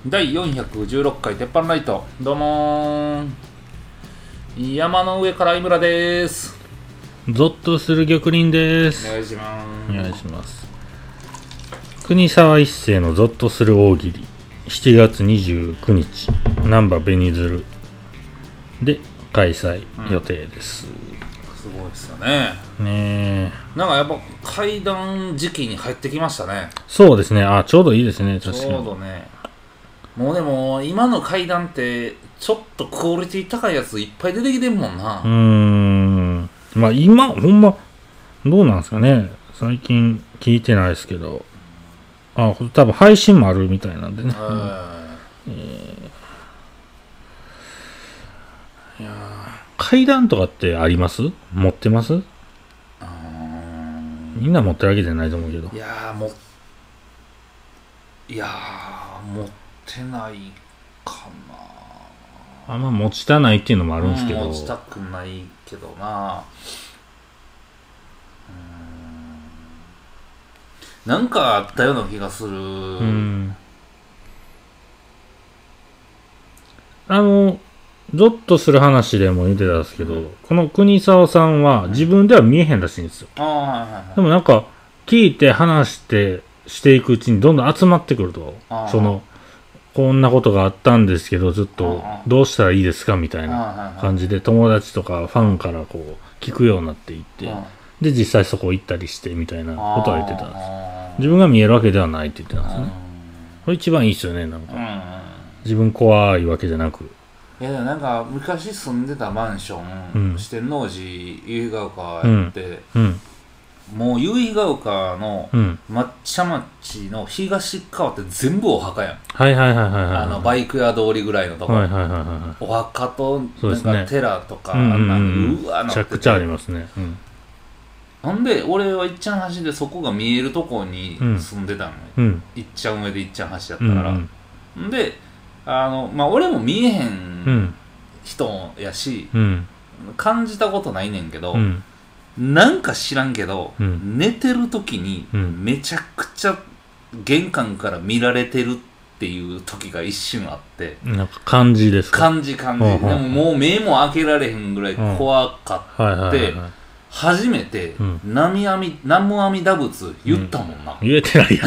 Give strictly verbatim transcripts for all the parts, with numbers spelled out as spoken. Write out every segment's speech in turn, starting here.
だいよんひゃくじゅうろっかい鉄板ライト、どうもー、山の上から井村でーす。 ゾッとする玉林です。 お願いしまお願いします。国沢一世のゾッとする大喜利、しちがつにじゅうくにち難波紅鶴で開催予定です、 うん、すごいっすよね。 ねえ、 なんかやっぱ階段時期に入ってきましたね。 そうですね。あ、ちょうどいいですね。確かにちょうどね。もうでも今の階段ってちょっとクオリティ高いやついっぱい出てきてんもんな。 うーん、まあ今ほんまどうなんですかね。最近聞いてないですけど、あ、多分配信もあるみたいなんでね。えー、いや階段とかってあります？持ってます？みんな持ってるわけじゃないと思うけど。 いやーもいやー持ってないかな。 あんま持ちたないっていうのもあるんですけど、 うん、持ちたくないけどな。うーん、なんかあったような気がする。うん、 あのゾッとする話でも言ってたんですけど、うん、この国沢さんは自分では見えへんらしいんですよ、うん、あ、はいはいはい、でもなんか聞いて話してしていくうちにどんどん集まってくると、そのこんなことがあったんですけどちょっとどうしたらいいですかみたいな感じで友達とかファンからこう聞くようになっていって、で実際そこ行ったりしてみたいなことは言ってたんです。自分が見えるわけではないって言ってたんですよね。これ一番いいですよね。なんか自分怖いわけじゃなく、 いやなんか昔住んでたマンション、うん、四天王寺由比ヶ丘やって、うんうん、もう由比ヶ丘の抹茶町の東側って全部お墓やん。 はいはいはいはい、はい、 あのバイク屋通りぐらいのところ、はいはいはいはい、お墓となんか寺とか、ね、あんなにうわなってて、めちゃくちゃありますね、うん、なんで俺はいっちゃん橋でそこが見えるとこに住んでたの、うん、いっちゃん上でいっちゃん橋だったから、うんうん、であのまあ俺も見えへん人やし、うん、感じたことないねんけど、うん、なんか知らんけど、うん、寝てる時にめちゃくちゃ玄関から見られてるっていう時が一瞬あって、 なんか感じですか？ 感じ感じ、うん、でももう目も開けられへんぐらい怖かって、初めて、うん、南無阿弥南無阿弥陀仏言ったもんな、 うん、言えてないやん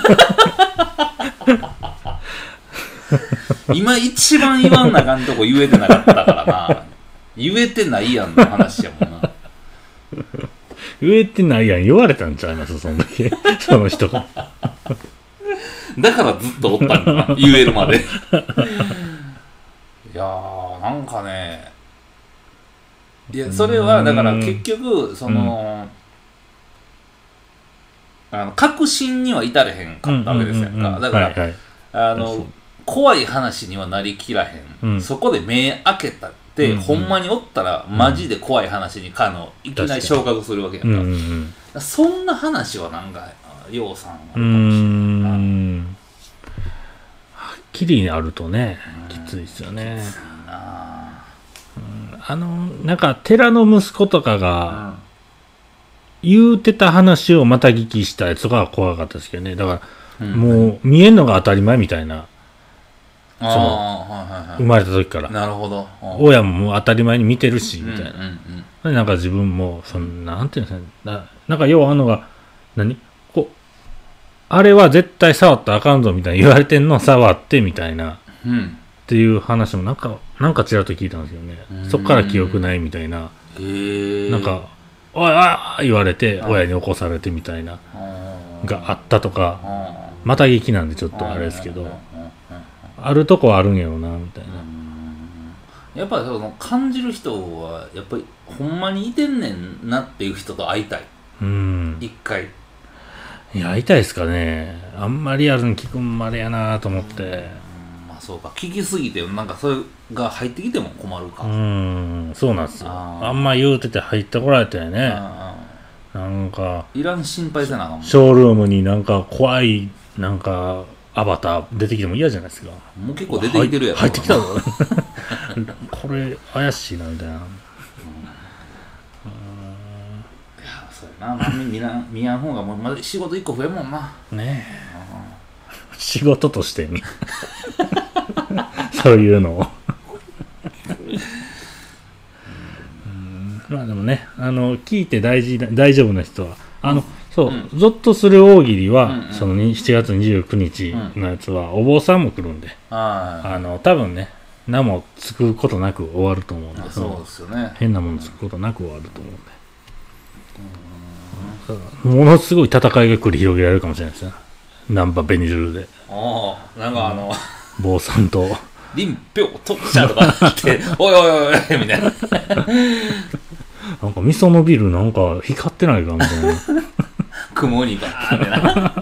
今一番言わんなあかんとこ言えてなかったからな。言えてないやんの話やもんな。 言えてないやん言われたんちゃいますそんだけその人がだからずっとおったんだな言えるまでいやーなんかね、いやそれはだから結局その、うん、あの確信には至れへんかったわけですやんか。だから、はいはい、あの怖い話にはなりきらへん、うん、そこで目開けたって、うんうん、ほんまにおったらマジで怖い話にかのいきなり昇格するわけやんか、うんうんうん、そんな話はなんかようさんあるかもしれないな。うーん、 はっきりあるとねきついですよね。きついな、うん、あのなんか寺の息子とかが言うてた話をまた聞きしたやつが怖かったですけどね。だから、うん、もう見えんのが当たり前みたいな、その、はいはいはい、生まれた時からなるほど、 親ももう当たり前に見てるしみたいな、うんうんうん、なんか自分もそんなんていうんですかね、な, なんか要はあのが何こうあれは絶対触ったらあかんぞみたいな言われてんの触ってみたいな、うん、っていう話もなんかなんかちらっと聞いたんですよね。そっから記憶ないみたいな、へー、なんかおいあ言われて親に起こされてみたいながあったとか、また劇なんでちょっとあれですけど、あるとこはあるんやろうなみたいな。 やっぱその感じる人はやっぱりほんまにいてんねんなっていう人と会いたい。うん。一回。 いや会いたいですかね。あんまりリアルに聞くんまでやなと思って。うん、 まあそうか。聞きすぎてなんかそれが入ってきても困るか。 うん、そうなんですよ。あ, あんま言うてて入ってこられてね。なんかいらん心配せなあかんもん。 ショールームになんか怖いなんか。アバター出てきても嫌じゃないですか。 もう結構出てきてるやろ。 入ってきたぞこれ怪しいなみたいな、うん、いやそうやな、まあ、見な見やん方がもうまだ仕事いっこ増えるもんなねえ、うん、仕事としてみそういうのをうん、まあでもね、あの聞いて大事大丈夫な人はあの、そう、うん、ゾッとする大喜利は、うんうん、そのしちがつにじゅうくにちのやつは、うん、お坊さんも来るんで、ああの多分ね何もつくことなく終わると思うんで、 そうですよね、 変なものつくことなく終わると思うんで、うん、ものすごい戦いが繰り広げられるかもしれないですね。ナンパベニズルで、 ああなんかあの、 うん、坊さんと林彪突射とかっておいおいおいおいみたいななんか味噌のビルなんか光ってないかみたいな雲にバーってな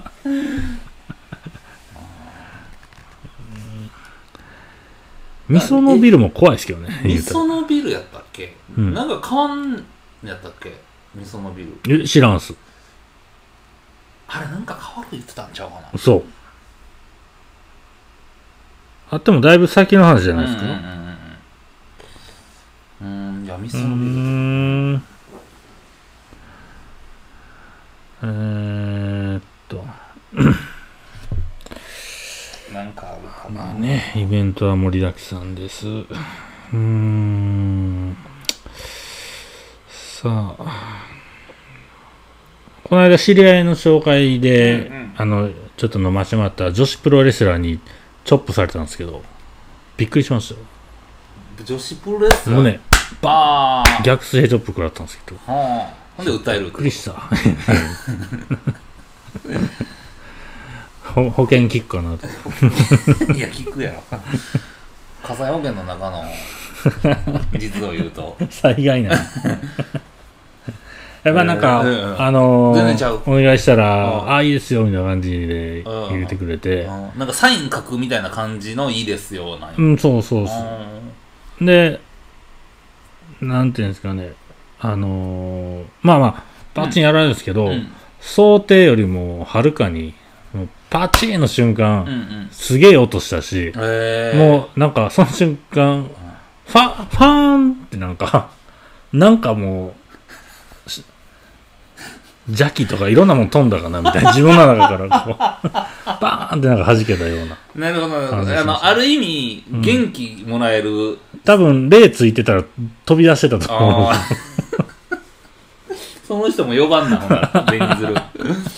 味噌のビルも怖いですけどね。 味噌のビルやったっけ、うん、なんか変わんやったっけ味噌のビル。え知らんす。 あれなんか変わる言ってたんちゃうかな。 そうあってもだいぶ先の話じゃないですか。うんうんうんうん、うんいや味噌のビルうーんえーっとなんかあるかな。 まあね、イベントは盛りだくさんです。うーんさあこの間知り合いの紹介で、うんうん、あのちょっと飲ましてもらった女子プロレスラーにチョップされたんですけどびっくりしましたよ。 女子プロレスラーもうねバー逆水平チョップ食らったんですけど、 はあ、ほんで訴える。びっくりした保険効くかなといや効くやろ火災保険の中の実を言うと災害なやっぱなんか、えー、あのー、お願いしたら、ああいいですよみたいな感じで入れてくれて、 なんかサイン書くみたいな感じのいいですよなんや。 うんそうそうそうでなんていうんですかねあのー、まあまあパチンやられるんですけど、うんうん、想定よりもはるかにもうパチーンの瞬間、うんうん、すげえ音したし、もうなんかその瞬間ファファーンってなんかなんかもう邪気とかいろんなもん飛んだかなみたいな自分の中からこうバーンってなんか弾けたような。 なるほどあのある意味元気もらえる、うん、 多分霊ついてたら飛び出してたと思うその人も呼ばんなほらベニズルフ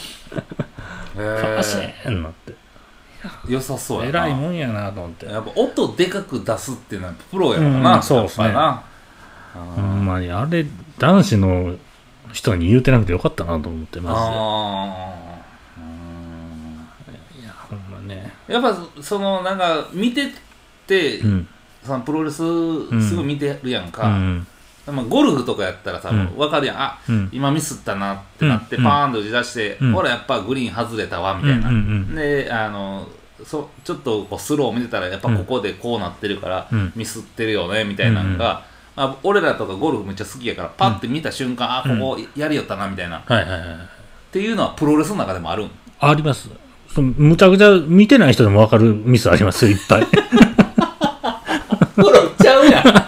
ァーシーンなって良さそうやな。偉いもんやなと思って。 やっぱ音でかく出すっていうのはプロやからな、 うん、そうですね。ほんまにあれ男子の人に言うてなくてよかったなと思ってマジで。あうんいやほんまね。 やっぱそのなんか見てて、うん、そのプロレスすぐ見てるやんか。うんうん、まあゴルフとかやったらさ、うん、分かるやん。あ、うん、今ミスったなってなって、うん、パーンと打ち出して、うん、ほらやっぱグリーン外れたわみたいな。うんうんうん、であのそちょっとこうスローを見てたらやっぱここでこうなってるから、うん、ミスってるよねみたいなのが。うんうんあ俺らとかゴルフめっちゃ好きやからパッて見た瞬間、うん、あここやりよったなみたいな、はいはいはい、っていうのはプロレスの中でもあるんあります。そのむちゃくちゃ見てない人でも分かるミスありますよいっぱいプロちゃうやん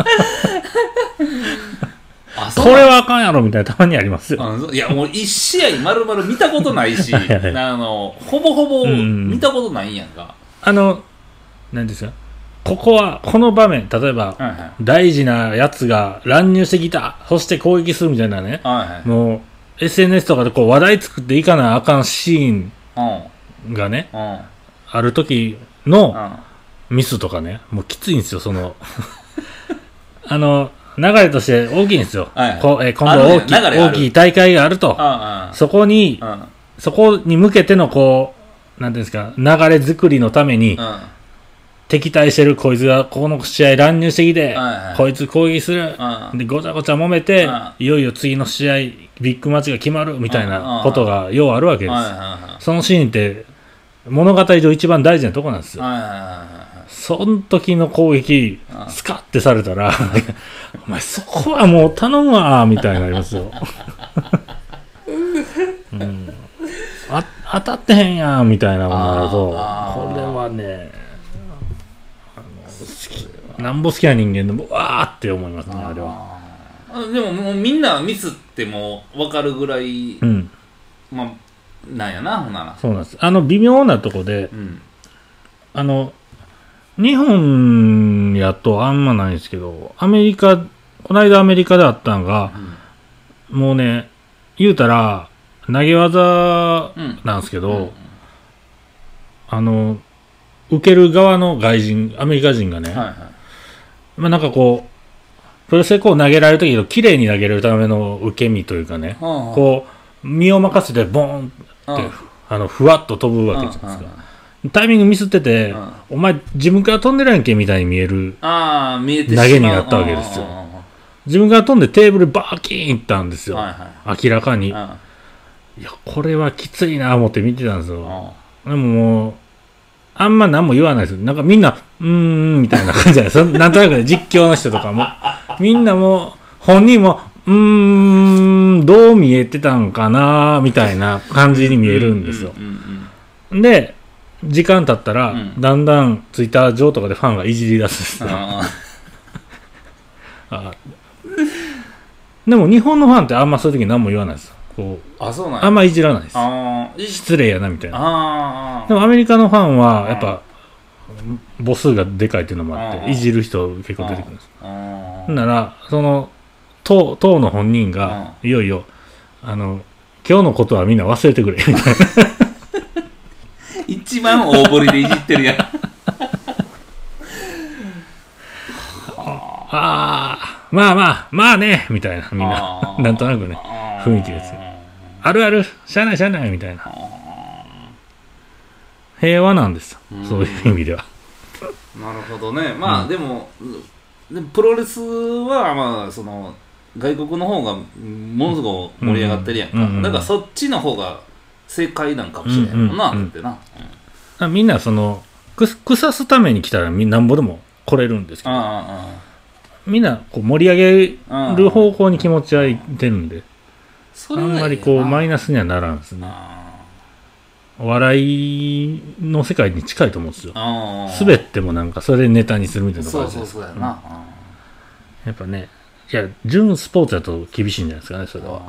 あこれはあかんやろみたいなたまにありますよ。 あいやもう一試合丸々見たことないしはい、はい、あのほぼほぼ見たことないんやんか、 うん、あの何ですかここはこの場面例えば、はいはい、大事なやつが乱入してきたそして攻撃するみたいなね、はいはい、もう エスエヌエス とかでこう話題作っていかなあかんシーンがね、うん、ある時のミスとかねもうきついんですよそのあの流れとして大きいんですよ、はいはい、こえ今度大きい、大きい大会があると、うんうん、そこに、うん、そこに向けてのこうなんていうんですか流れ作りのために、うん敵対してるこいつがこの試合乱入してきて、はいはい、こいつ攻撃する、うん、でごちゃごちゃ揉めて、うん、いよいよ次の試合ビッグマッチが決まるみたいなことがようあるわけです、うんうん、そのシーンって物語上一番大事なとこなんですよ、うん、その時の攻撃、うん、スカッてされたらお前そこはもう頼むわみたいになりますよ、うん、あ当たってへんやんみたいなものだとこれはねなんぼ好きな人間でもわーって思いますね あ, あれは。 でももうみんなミスっても分かるぐらい、うん、まあなんやなほんならそうなんです。あの微妙なとこで、うん、あの日本やとあんまないんですけど、アメリカ、この間アメリカであったんが、うん、もうね、言うたら、投げ技なんですけど、うんうん、あの、受ける側の外人、アメリカ人がね、はいはい、まあなんかこう、プロレスでこう投げられるときに綺麗に投げられるための受け身というかね、はあはあ、こう、身を任せてボーンって、はあ、あのふわっと飛ぶわけじゃないですか。はあはあ、タイミングミスってて、はあ、お前自分から飛んでるやんけみたいに見える投げになったわけですよ。自分から飛んでテーブルバーキーンいったんですよ。はいはい、明らかに。はあ、いや、これはきついなぁ思って見てたんですよ。はあ、でももう、あんま何も言わないですよ。なんかみんな、うーん、みたいな感じじゃないですか。なんとなく、ね、実況の人とかも。みんなも、本人も、うーん、どう見えてたんかな、みたいな感じに見えるんですよ。で、時間経ったら、うん、だんだんツイッター上とかでファンがいじり出すんですよ。あでも日本のファンってあんまそういう時何も言わないですよ。こうあ、そうなんあんまいじらないです。あ失礼やなみたいな。あでもアメリカのファンはやっぱ母数がでかいっていうのもあっていじる人結構出てくるんです。ほんならその党党の本人がいよいよあの今日のことはみんな忘れてくれみたいな一番大振りでいじってるやんああまあまあまあねみたいなみんななんとなくね雰囲気ですよ。あるあるしゃあないしゃあないみたいな平和なんですよ、そういう意味では。 なるほどね。まあ、うん、でもでプロレスはまあその外国の方がものすごく盛り上がってるやんか、うんうんうん、だからそっちの方が正解なんかもしれないもんな、うんうんうん、ってな、 うん、みんなそのく腐すために来たらなんぼでも来れるんですけど、ああああみんなこう盛り上げる方向に気持ちはいってるんで、あんまりこうマイナスにはならんですね。お笑いの世界に近いと思うんですよ。滑ってもなんかそれでネタにするみたいな感じです。そうそうそうやな、うん、やっぱね、いや純スポーツだと厳しいんじゃないですかね、それは。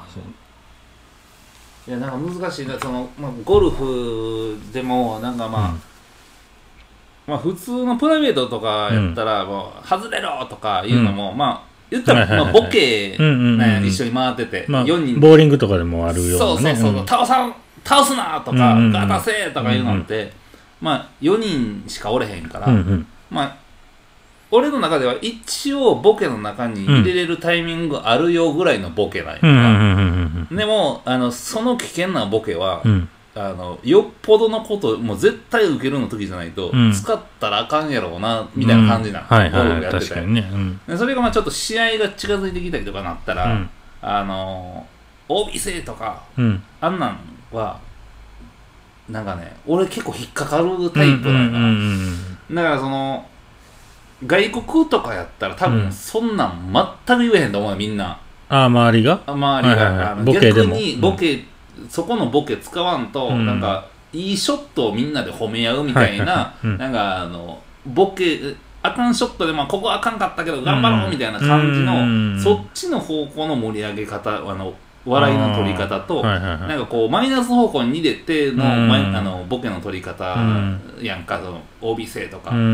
いやなんか難しいな、その、まあ、ゴルフでもなんかまあ、うん、まあ普通のプライベートとかやったらもう外れろとかいうのも、うん、まあ言ったら、まあ、ボケ、ね、一緒に回ってて、 まあ、よにんボーリングとかでもあるような、ね、 そうそうそう、うん、倒さん倒すなとか、うんうん、ガタせとかいうのって、うんうん、まあよにんしかおれへんから、うんうん、まあ俺の中では一応ボケの中に入れれるタイミングあるよぐらいのボケなんや、うん、でもあのその危険なボケは、うん、あのよっぽどのこともう絶対受けるの時じゃないと、うん、使ったらあかんやろうなみたいな感じなの、うん、はいはい、やってたよ、ね、うん、でそれがまあちょっと試合が近づいてきたりとかなったら、うん、あの オービー 制とか、うん、あんなんはなんかね俺結構引っかかるタイプなんだ、うんうんうんうん、だからその外国とかやったら多分そんなん全く言えへんと思うよみんな。 ああ周りが周りが、はいはいはい、あのボケでも逆にボケ、うん、そこのボケ使わんと、うん、なんかいいショットをみんなで褒め合うみたいな、はいはいはいうん、なんかあのボケあかんショットでまあここあかんかったけど頑張ろうみたいな感じの、うん、そっちの方向の盛り上げ方あの笑いの取り方と、はいはいはい、なんかこうマイナス方向に入れての、うん、あのボケの取り方やんか、その オービー 制とか、うん、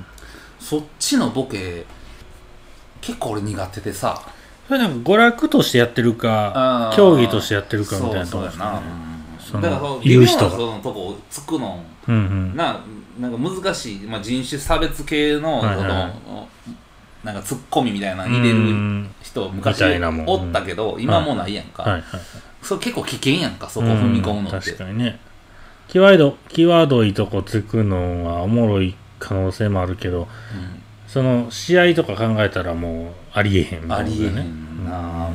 そっちのボケ結構俺苦手でさ、 それなんか娯楽としてやってるか競技としてやってるかみたいなところですね。 だからその微妙なそのとこをつくの、うんうん、な, なんか難しい、まあ、人種差別系 の,、はいはい、のなんかツッコミみたいなの入れる人昔おったけど、今もうないやんか、はいはいはい、それ結構危険やんか、そこ踏み込むのって。 確かにね、キーワードキーワードいいとこつくのはおもろい可能性もあるけど、うん、その試合とか考えたらもうありえへんみたいな、ね、ありえへんな、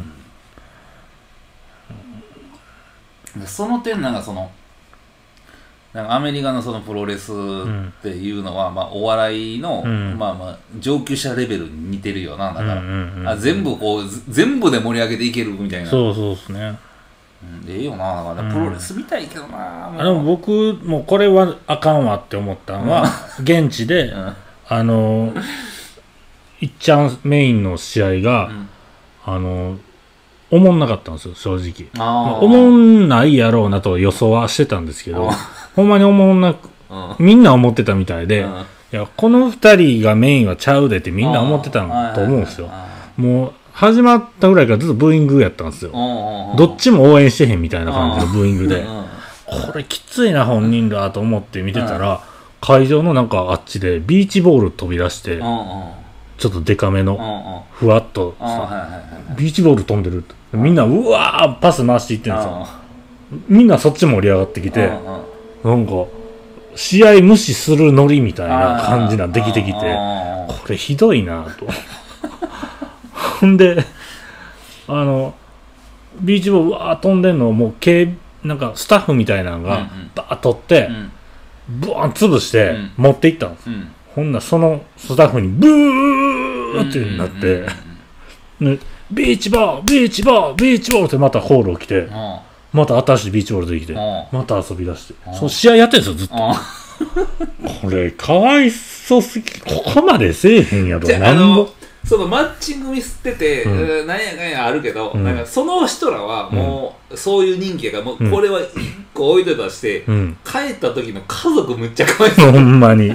うん、その点なんかそのなんかアメリカのそのプロレスっていうのは、うん、まあお笑いの、うん、まあまあ上級者レベルに似てるよな、だから、うんうんうん、あ全部こう全部で盛り上げていけるみたいな。 そうそうですね。 ええよな、だからプロレス見たいけどな、 うん、あでも僕もうこれはあかんわって思ったのは、うん、現地で、うん、あのいっちゃんメインの試合が、うん、あのおもんなかったんですよ正直。あおもんないやろうなと予想はしてたんですけど、ほんまにおもんなく、うん、みんな思ってたみたいで、うん、 いやこのふたりがメインはちゃうでってみんな思ってたと思うんですよ。もう始まったぐらいからずっとブーイングやったんですよ。どっちも応援してへんみたいな感じのブーイングで、これきついな本人だと思って見てたら、会場のなんかあっちでビーチボール飛び出して、ちょっとデカめのふわっとビーチボール飛んでる。みんなうわーパス回していってるんですよ。みんなそっち盛り上がってきて、なんか試合無視するノリみたいな感じができてきて、これひどいなと。ほんであのビーチボールわー飛んでんのをもう警なんかスタッフみたいなのがバーッと取って、ブワーン潰して持っていったんです。ほんならそのスタッフにブーってなって、ビーチボールビーチボールビーチボールってまたホール起きて、また新しいビーチボールできて、また遊び出して、その試合やってるんですよずっと。これかわいそうすぎ、ここまでせえへんやろ。 なんもそのマッチングミスってて、うん、なんやかんやあるけど、うん、なんかその人らはもう、うん、そういう人気がもうこれは一個置いといたとして、うん、帰った時の家族むっちゃかわいそう。 ほんまに。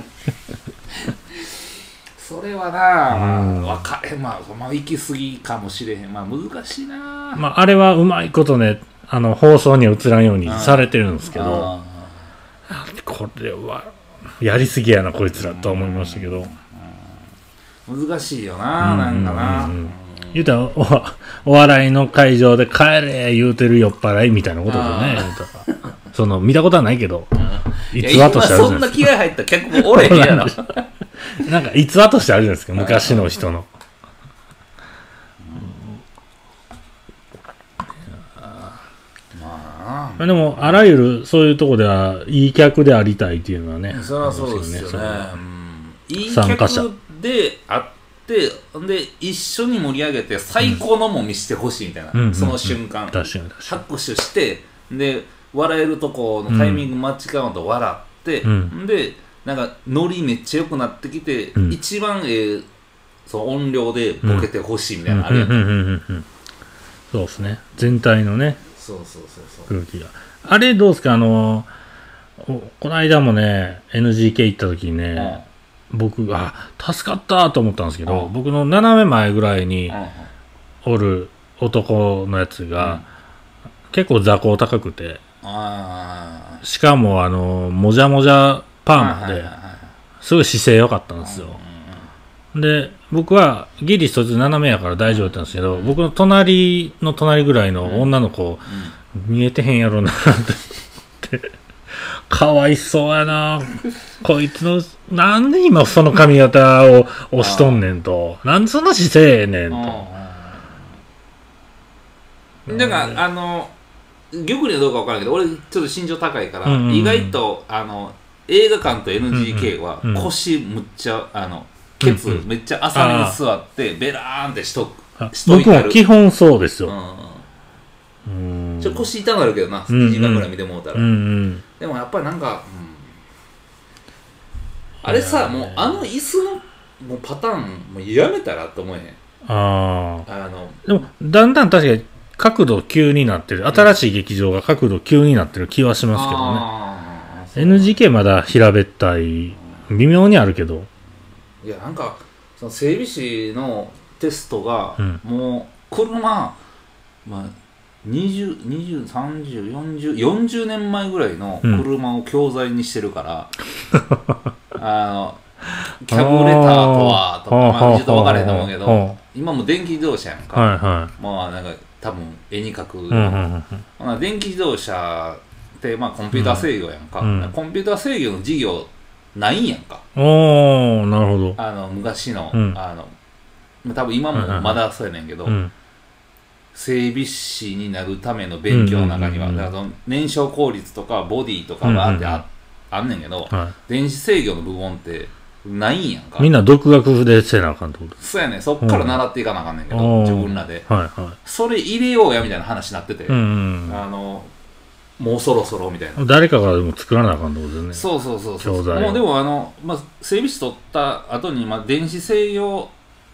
それはな、うん、まあ、分かれ、まあ、まあ、行き過ぎかもしれへん。まあ難しいな。 まああれはうまいことね、あの放送には映らんようにされてるんですけど、これはやりすぎやなこいつらとは思いましたけど。 難しいよな、なんかな。 言うたら お, お笑いの会場で帰れ言うてる酔っ払いみたいなことだね。言うたらその見たことはないけど、 逸話としてあるじゃないですか。そんな気合入った客もおれへんやろ。 なんか逸話としてあるじゃないですか、昔の人の。まあでもあらゆるそういうとこではいい客でありたいっていうのはね。 そりゃそうですよね。いい客であってで一緒に盛り上げて最高のも見せてほしいみたいな、うん、その瞬間、うんうんうん、 確かに確かに拍手してで笑えるとこのタイミング間違うのと笑って、うん、でなんかノリめっちゃ良くなってきて、うん、一番、えー、その音量でボケてほしいみたいなのあるやん。 そうですね、全体のね、 そうそうそうそう空気があれどうですか。あのこの間もね エヌジーケー 行った時にね、うん、僕が助かったと思ったんですけど、うん、僕の斜め前ぐらいにおる男のやつが、うん、結構座高高くて、あしかもあのもじゃもじゃパーマですごい姿勢良かったんですよ。で僕はギリそいつ斜めやから大丈夫だったんですけど、僕の隣の隣ぐらいの女の子、うん、見えてへんやろなって思ってかわいそうやなこいつのなんで今その髪型を押しとんねんと、なんでそんな姿勢えねんと。だからあの玉にはどうか分からんけど、俺ちょっと身長高いから、うんうんうん、意外とあの映画館と エヌジーケー は腰むっちゃあのケツめっちゃ浅めに座ってベラーンってしとくしといてる。 僕も基本そうですよ。 うん、ちょっと腰痛なるけどな、にじかんぐらい見てもうたら、うんうん、でもやっぱりなんか、うん、あれさ、もうあの椅子のもうパターンもうやめたらと思えへん。 ああのでもだんだん確かに角度急になってる、新しい劇場が角度急になってる気はしますけどね。 エヌジーケー まだ平べったい微妙にあるけど、 いやなんかその整備士のテストがもう車、うん、まあにじゅう、にじゅう、さんじゅう、よんじゅう、よんじゅうねんまえぐらいの車を教材にしてるから、うん、あのキャブレターとはとか、まあ、ちょっと分からへんと思うけど、今も電気自動車やんか、はいはい、まあなんか多分絵に描く、うんうんうん、電気自動車ってまあコンピューター制御やんか、うん、コンピューター制御の事業ないんやんか。 おー、なるほど。 あの昔の、うん、あの多分今もまだそうやねんけど、うん、整備士になるための勉強の中には、うんうんうん、だから燃焼効率とかボディとかがあって あ,、うんうん、あんねんけど、はい、電子制御の部門ってないんやんか。 みんな独学でせなあかんってこと。 そうやねん、そっから習っていかなあかんねんけど、うん、自分らで、はいはい、それ入れようやみたいな話になってて、うんうん、あのもうそろそろみたいな。 誰かがでも作らなあかんってことだよね。 そうそうそうそう。もうでもあの、まあ、整備士取った後に、まあ、電子制御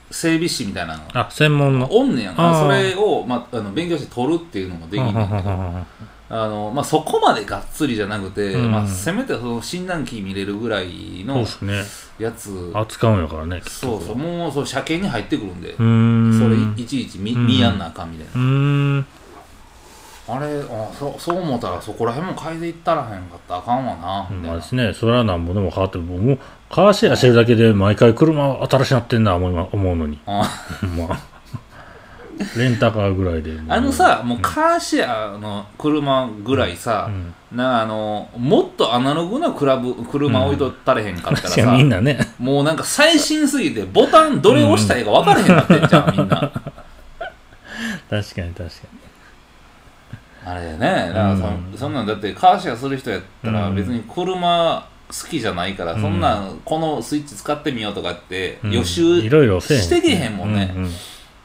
整備士みたいなのあ専門のおんねやんか。それを、まあ、あの勉強して取るっていうのもできんねんけどあの、まあ、そこまでがっつりじゃなくて、うんまあ、せめてその診断機見れるぐらいのやつ、ね、 扱うんやからね。 そうそうもうそう車検に入ってくるんでうんそれいちいち 見, 見やんなあかんみたいな。うんあれあ そ, そう思ったらそこら辺も変えていったらへんかったらあかんわな。 まあですね、それはなんぼでも変わってもうカーシェアしてるだけで毎回車新しくなってんだ思い思うのにあまあレンタカーぐらいであのさもうカーシェアの車ぐらいさ、うん、なあのもっとアナログなクラブ車置いとったれへんかったらさ、 うん、みんなねもうなんか最新すぎてボタンどれ押したらいいか分からへんなってんじゃん、うん、みんな確かに確かにあれね、だから そ,、うん、そんなんだってカーシェアする人やったら別に車好きじゃないから、うん、そんなこのスイッチ使ってみようとかって予習してけへんもんね、うんうん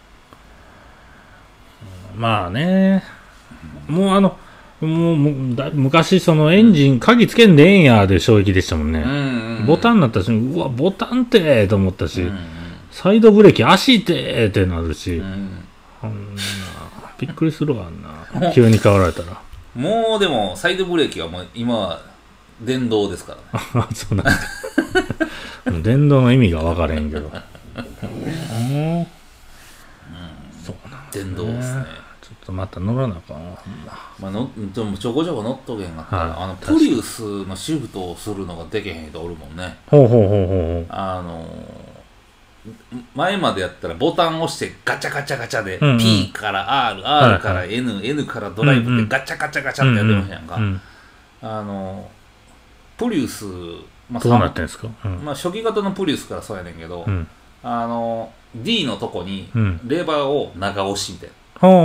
うん、まあねもうあのもうもだ昔そのエンジン、うん、鍵つけんでええんやで衝撃でしたもんね、うんうんうん、ボタンになったしうわボタンってと思ったし、うんうん、サイドブレーキ足ってってなるし、うん、ほんなびっくりするわあんな急に変わられたらもうでもサイドブレーキはもう今は電動ですからねあそうなんですか電動の意味が分からへんけどうん、うん、 そうなんですね電動ですね。 ちょっとまた乗らなあかんわ、 まあ、のでもちょこちょこ乗っとけへんかったら、はい、あのプリウスのシフトをするのができへん人おるもんね。 ほうほうほうほうあの前までやったらボタンを押してガチャガチャガチャで、うんうん、P から R、R から N、はいはい、N からドライブってガチャガチャガチャってやってましたやんか、うんうん、あのプリウス、まあ、 どうなってんですか、 うんまあ、初期型のプリウスからそうやねんけど、うん、あの D のとこにレバーを長押しみたいな、うん、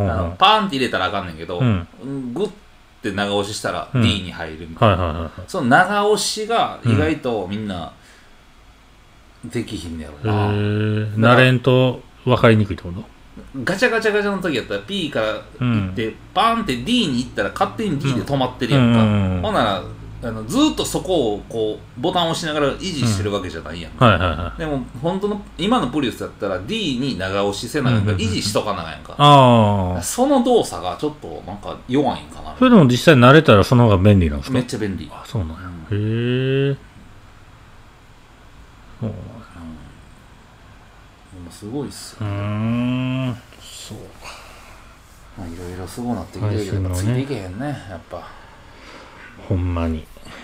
あのパーンって入れたらあかんねんけど、うん、グッて長押ししたら D に入るみたいな、うんはいはいはい、その長押しが意外とみんな、できひんねやろな。 慣れんと分かりにくいってこと？ ガチャガチャガチャの時やったら P から行って、うん、バーンって D に行ったら勝手に D で止まってるやんか、うんうんうん、ほんならあのずっとそこをこうボタンを押しながら維持してるわけじゃないやんか、うんはいはいはい、でも本当の今のプリウスだったら D に長押しせながら維持しとかなあかんやんか、うんうんうん、その動作がちょっとなんか弱いんかな。 それでも実際慣れたらその方が便利なんですか？ めっちゃ便利。 あそうなんや、うん、へえそうすごいっすよ、 ね、うーんそうか、 まあいろいろすごなってきてるけど、ね、ついていけへんねやっぱほんまに、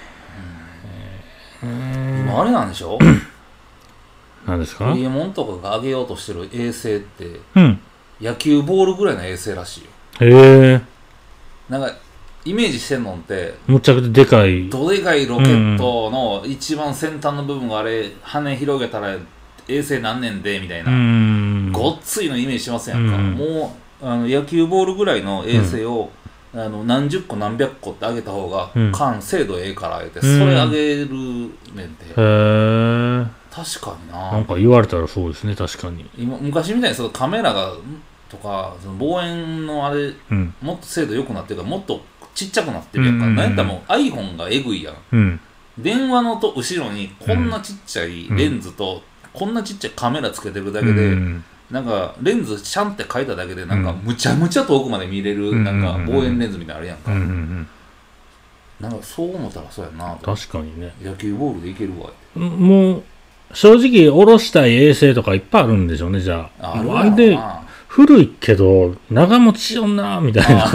うんえー、今あれなんでしょ何ですか？ ホリエモンとかが上げようとしてる衛星って、うん、野球ボールぐらいの衛星らしいよ。 へえなんかイメージしてんのってむちゃくちゃでかいどでかいロケットの一番先端の部分があれ羽広げたら衛星何年でみたいなごっついのイメージしますやんか、うん、もうあの野球ボールぐらいの衛星を、うん、あの何十個何百個って上げた方が完精度ええからあえて、うん、それ上げるねんて、へー確かにな。 なんか言われたらそうですね確かに。 今昔みたいにそのカメラがとかその望遠のあれ、うん、もっと精度良くなってるからもっとちっちゃくなってるやんか、うんうんうん、なんやったらもう iPhone がエグいやん、うん、電話のと後ろにこんなちっちゃいレンズと、うんこんなちっちゃいカメラつけてるだけで、うん、なんかレンズシャンって書いただけでなんかむちゃむちゃ遠くまで見れる、うん、なんか望遠レンズみたいなのあるやんか、うんうんうん、なんかそう思ったらそうやな。 確かにね野球ボールでいけるわ。 もう正直下ろしたい衛星とかいっぱいあるんでしょうね。じゃああるあれで古いけど長持ちしよんなみたいな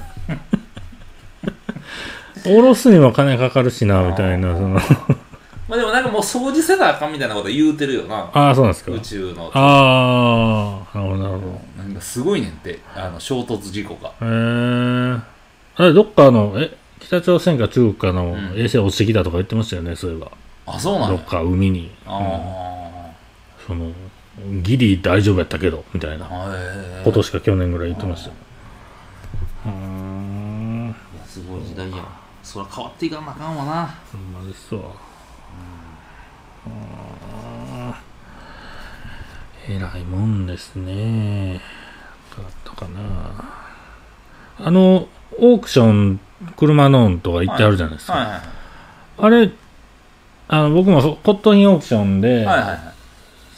下ろすにも金かかるしなみたいなそのまあでもなんかもう掃除せなあかんみたいなこと言うてるよな。 ああそうなんですか。 宇宙のああなるほどなるほど。 なんかすごいねんってあの衝突事故が。へえあれどっかのえ北朝鮮か中国かの衛星落ちてきたとか言ってましたよね、うん、そういえば。 あそうなんどっか海に。ああ、うん、そのギリ大丈夫やったけどみたいな今年か去年ぐらい言ってましたよ。 うーんいやすごい時代や。そりゃ変わっていかなあかんわな。 ほんまですわ。えらいもんですね。どうだったかな。あのオークション車のんとか行ってあるじゃないですか、はいはいはい、あれあの僕もコットンオークションで、はいはいはい、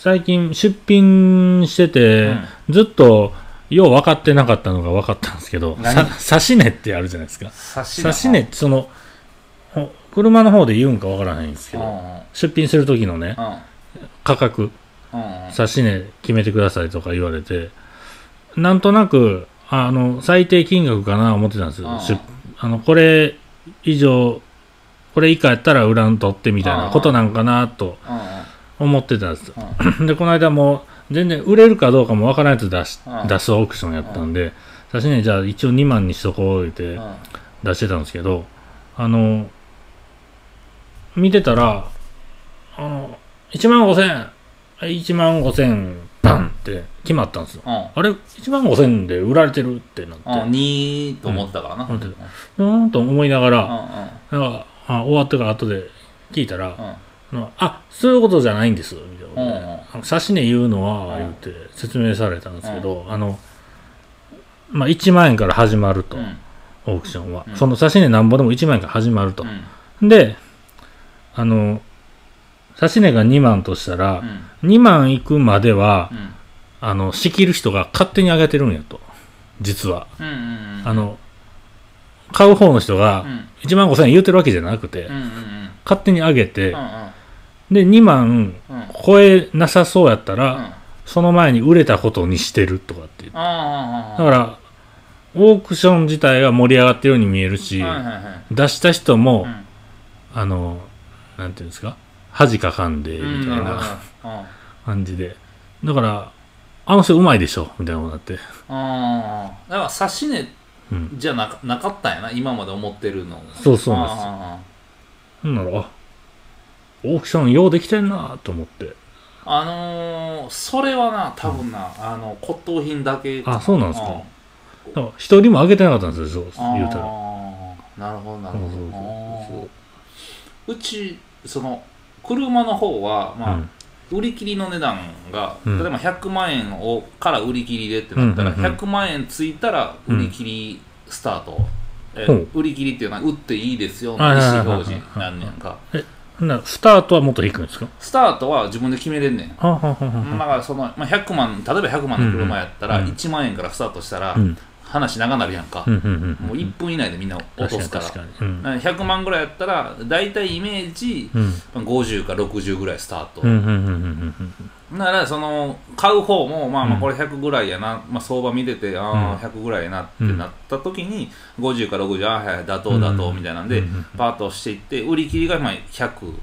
最近出品してて、うん、ずっとよう分かってなかったのが分かったんですけど、さし値ってあるじゃないですか。さし値ってその車の方で言うんか分からないんですけど、うん、出品する時のね、うん、価格、さし値決めてくださいとか言われて、なんとなくあの最低金額かな思ってたんですよ。うん、あのこれ以上これ以下やったら売らんとってみたいなことなんかなと思ってたんです。うん、でこの間も全然売れるかどうかもわからないと出し、うん、出すオークションやったんで、さし値じゃあ一応にまんにしとこうって出してたんですけど、あの見てたらあのいちまんごせんいちまんごせんバンって決まったんですよ。うん、あれいちまんごせんで売られてるってなって、 うん、にと思ったからな、うん、 うんと思いながら、うんうん、なんかあ終わってから後で聞いたら、うん、あそういうことじゃないんですみたいな、ね、うんうん、差し値言うのは言って説明されたんですけど、うん、あのまあいちまんえんから始まると、うん、オークションは、うん、その差し値なんぼでもいちまんえんから始まると、うん、であの差し値がにまんとしたら、うん、にまんいくまでは、うん、あの仕切る人が勝手に上げてるんやと、実は、うんうんうん、あの買う方の人がいちまんごせんえん言うてるわけじゃなくて、うんうんうん、勝手に上げて、うんうん、でにまん超えなさそうやったら、うん、その前に売れたことにしてるとかって言って、うん、だからオークション自体が盛り上がってるように見えるし、うんうんうん、出した人も、うん、あのなんていうんですか恥かかんでみたいな感じで、だからあの人うまいでしょみたいなことになって、 ああだから差し値じゃな か,、うん、なかったんやな今まで思ってるの。 そうそうなんですよ。ほんならあオークションようできてんなと思って、 あのー、それはな多分な、うん、あの骨董品だけ。 あそうなんですか。だから一人も上げてなかったんですよ言うたら。 なるほどなるほど。うちその車の方は、まあうん、売り切りの値段が、うん、例えばひゃくまんえんをから売り切りでってなったら、うんうんうん、ひゃくまんえんついたら売り切りスタート、うんえー、売り切りっていうのは売っていいですよの意思表示なんねんか。 えなスタートはもっと低いんですか。 スタートは自分で決めれんねん。だからその、まあ、ひゃくまん例えばひゃくまんの車やったら、うんうん、いちまんえんからスタートしたら、うん話長なるやんか、うんうんうんうん、もういっぷん以内でみんな落とすから、確かに確かに、うん、ひゃくまんぐらいやったらだいたいイメージ、うん、ごじゅうかろくじゅうぐらいスタート、うんうんうんうん、だからその買う方もまあまあこれひゃくぐらいやな、まあ、相場見てて、うん、ああひゃくぐらいやなってなった時にごじゅうかろくじゅうああはい妥当妥当みたいなんで、うんうん、パーッと押していって売り切りがまあひゃく、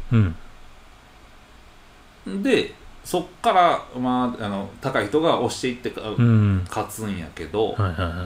うん、でそっから、まあ、あの高い人が押していってか、うん、勝つんやけど、はいはいはい、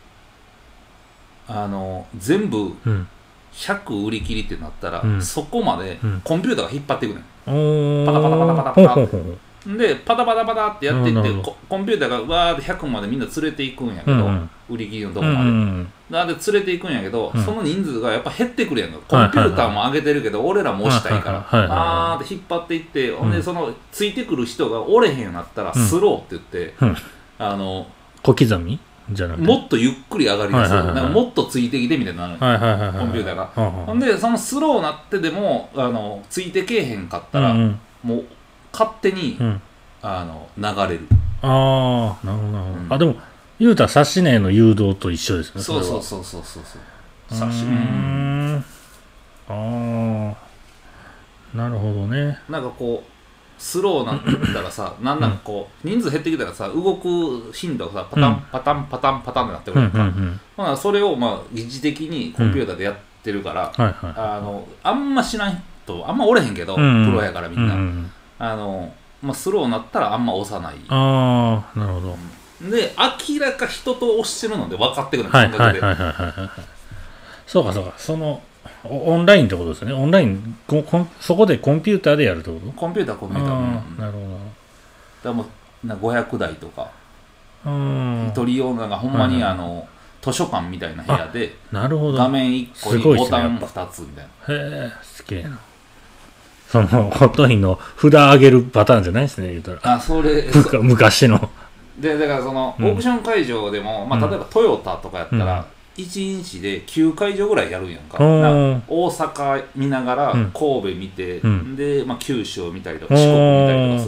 あの全部ひゃく売り切りってなったら、うん、そこまでコンピューターが引っ張っていくねん、うん、パタパタパタパタパタってでパタパタパタってやっていってコンピューターがわーってひゃくまでみんな連れていくんやけど、うん、売り切りのとこまで、うん、なんで連れていくんやけど、うん、その人数がやっぱ減ってくるやんか。コンピューターも上げてるけど、はいはいはい、俺らも押したいからあーって引っ張っていって、ほんでそのついてくる人が折れへんようになったらスローって言って、うん、あの小刻みじゃなくてもっとゆっくり上がりやすい、はいはいはい、なんかもっとついてきてみたいな、はいはいはいはい、コンピューターが、はいはいはい、ほんでそのスローなってでもあのついてけえへんかったら、うんうん、もう勝手に、うんあの流れる。 ああなるほどなるほど、うん、あでも言うたら差し値の誘導と一緒ですね。 そうそうそうそうそうそう差し値うんああなるほどね。 なんかこうスローなったらさなんなんかこう、うん、人数減ってきたらさ動く頻度がさパタン、うん、パタンパタンパタンってなってくるから、うんうんうんまあ、それをまあ疑似的にコンピューターでやってるから、うんはいはい、あのあんま知らん人あんまおれへんけど、うん、プロやからみんな、うんうん、あのまあ、スローになったらあんま押さない。 ああなるほど、 うん、で明らか人と押してるので分かってくる感覚で、はいはいはいはいはい、そうかそうかそのオンラインってことですね。オンラインここそこでコンピューターでやるってこと。 コンピューターコンピューター、うん、 なるほど。だからもうなごひゃくだいとか一人用なんかほんまにあの、はいはい、図書館みたいな部屋でなるほど画面いっこにボタンふたつみたいな。 へえすげえな。そのホットインの札上げるパターンじゃないですね言うたら。 あそれ昔のでだからその、うん、オークション会場でも、まあ、例えばトヨタとかやったら、うん、いちにちできゅうかいじょうぐらいやるんやんか。な大阪見ながら神戸見て、うん、で、まあ、九州を見たりとか四国見たりとかするんやん。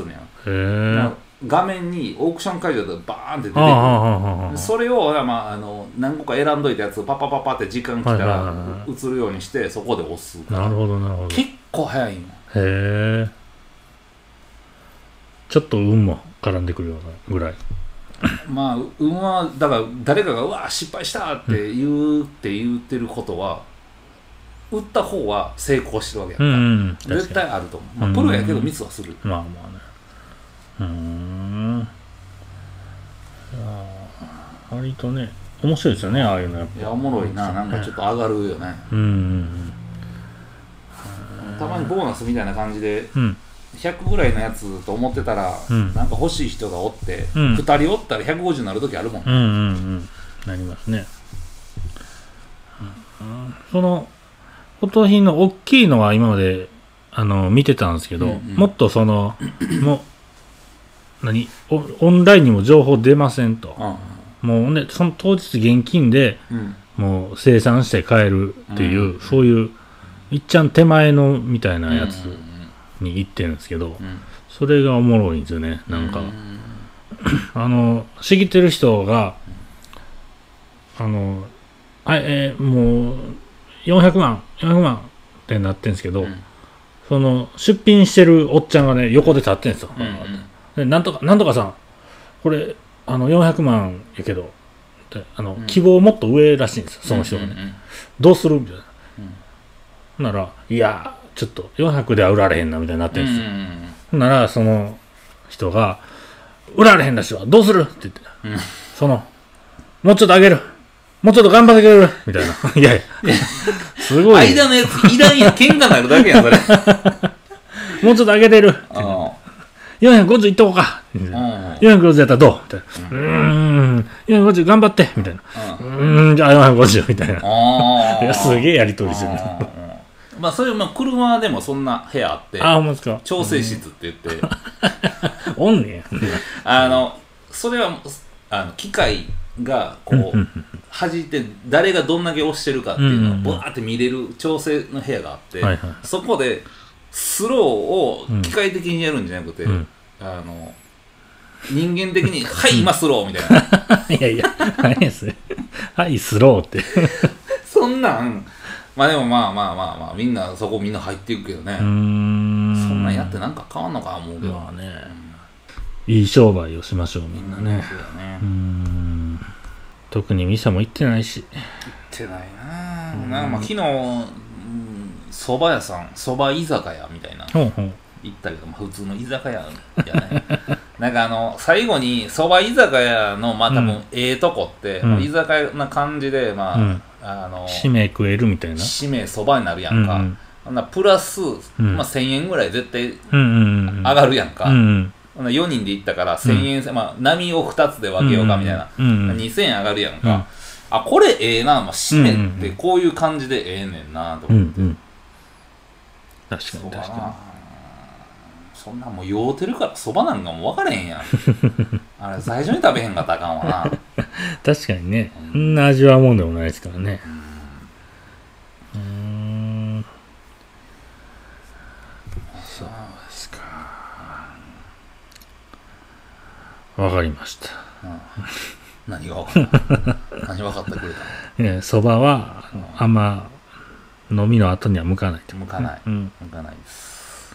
へ画面にオークション会場でバーンって出てくる。それを、まあ、あの何個か選んどいたやつをパッパッパッパって時間来たら映るようにしてそこで押すから。 なるほどなるほど。 結構早いの。へえ。ちょっと運も絡んでくるようなぐらい。 まあ運はだから誰かがうわ失敗したって言うって言ってることは、打った方は成功してるわけやんか、うんうん、絶対あると思う、まあ、プロやけどミスはする、 まあまあね。うーん、割とね面白いですよね、ああいうのやっぱ。 いやおもろいな、なんかちょっと上がるよね。 うんうん、 たまにボーナスみたいな感じで、 うん、 ひゃくぐらいのやつと思ってたら、うん、なんか欲しい人がおって、 うん、 ふたりおったらひゃくごじゅうになる時あるもんね。 うんうんうん、なりますね、うん、そのフォト品の大きいのは今まであの見てたんですけど、うんうん、もっとそのもう何 オ, オンラインにも情報出ませんと、うん、もうねその当日現金で、うん、もう生産して買えるっていう、うん、そういういっちゃん手前のみたいなやつに行ってるんですけど、うん、それがおもろいんですよね。なんか、うん、あの仕切ってる人があのあ、えー、もうよんひゃくまんよんひゃくまんってなってるんですけど、うん、その出品してるおっちゃんがね横で立ってるんですよ、うんうん、でなんとかなんとかさんこれあのよんひゃくまんやけどあの、うん、希望もっと上らしいんですよその人がね、うんうんうん、どうするみたいな、うん、ならいやちょっとよんひゃくでは売られへんなみたいになってるんですよ、うんうんうん、ならその人が売られへんらしいわどうするって言って、うん、そのもうちょっと上げるもうちょっと頑張ってくれるみたいないやいやすごい間のやついらんやん喧嘩になるだけやんそれもうちょっと上げれるよんひゃくごじゅういっとこうかよんひゃくごじゅうやったらどうみたいな、うん、うーんよんひゃくごじゅう頑張ってみたいな、うん、うーんじゃあよんひゃくごじゅうみたいないやすげえやりとりしてるまあそれまあ車でもそんな部屋あってあほんまですか調整室って言って、 うん、おんねんあのそれはあの機械がこう弾いて誰がどんだけ押してるかっていうのをバーって見れる調整の部屋があって、うんうんうん、そこでスローを機械的にやるんじゃなくて、うん、あの人間的にはい今スローみたいないやいや何やそれはいスローってそんなんまあでもまあまあまあまあみんなそこみんな入っていくけどねうーんそんなんやってなんか変わんのか思うけど、まあね、 うん、いい商売をしましょうみんなね、 うん、そうだねうーん特に店も行ってないし行ってないなぁ、うん、なんかまあ昨日蕎麦屋さん蕎麦居酒屋みたいな、 ほうほう行ったりとか、まあ、普通の居酒屋じゃないなんかあの最後に蕎麦居酒屋のまあ多分ええとこって、うん、居酒屋な感じでまあ、うん、あの締め食えるみたいな締め蕎麦になるやんか、うんうん、なプラス、まあ、せんえんぐらい絶対上がるやんか、うんうん、よにんで行ったからせんえん、うん、まあ、波をふたつで分けようかみたいな、うんうん、にせんえん上がるやんか、うん、あこれええな、まあ、締めってこういう感じでええねんなと思って、うんうん、 確かに確かにそんなもう酔うてるからそばなんかもう分かれへんやんあれ最初に食べへんかったらあかんわな確かにね、うん、そんな味はもんでもないですからねうーんそうですかわかりました、うん、 何が分かった何分かってくれたのそばはあんま飲みの後には向かないと向かない、うん、向かないです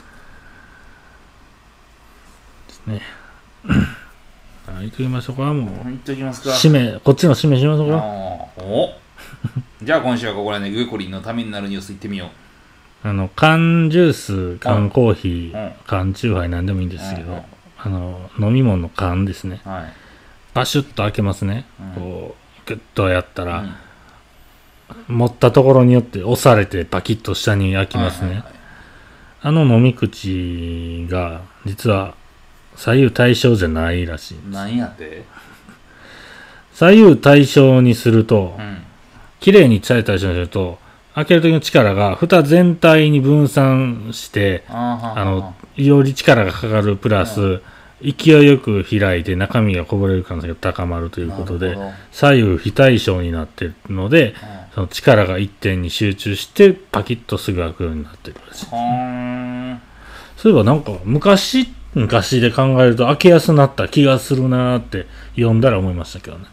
ね、行っときましょうかもう行っときますか締めこっちの締めしましょうかおじゃあ今週はここらでグーコリンのためになるニュース行ってみようあの缶ジュース缶コーヒー、うん、缶チューハイなんでもいいんですけど、うん、あの飲み物の缶ですね、はい、バシュッと開けますね、うん、こうグッとやったら、うん、持ったところによって押されてパキッと下に開きますね、はいはいはい、あの飲み口が実は左右対称じゃないらしいんです。 何やって左右対称にすると、うん、綺麗に左右対称にすると開ける時の力が蓋全体に分散してあのより力がかかるプラス、うん、勢いよく開いて中身がこぼれる可能性が高まるということで左右非対称になっているので、うん、その力が一点に集中してパキッとすぐ開くようになっているらしいですね。そういえばなんか昔って昔で考えると開けやすなった気がするなーって読んだら思いましたけどね。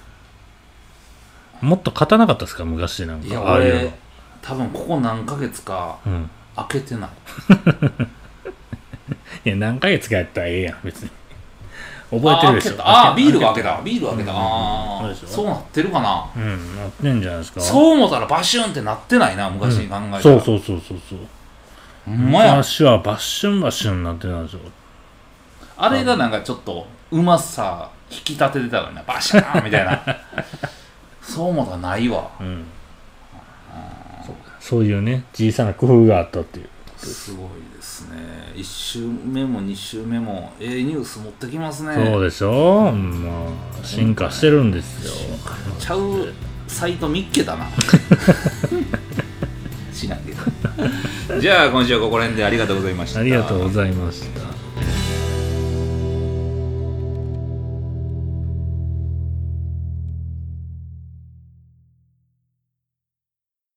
もっと勝たなかったですか昔なんか。 いや俺多分ここ何ヶ月か開けてない、 うん、いや何ヶ月かやったらええやん別に覚えてるでしょ。 ああビールが開けたビールが開けた、うん、ああそうなってるかな。 うんなってんじゃないですか。 そう思ったらバシュンってなってないな昔に考えたら、うん、 そうそうそうそうそう昔はバッシュンバッシュンになってたんですよ。 あれがなんかちょっとうまさ引き立ててたからねバシャーンみたいなそう思ったらないわ、うん、 そう、そういうね小さな工夫があったっていう。 すごいですね。いち週目もに週目もええニュース持ってきますね。 そうでしょ、まあ、進化してるんですよ。 ちゃうサイト見っけたな知らんけどじゃあ今週はここら辺でありがとうございました。 ありがとうございました。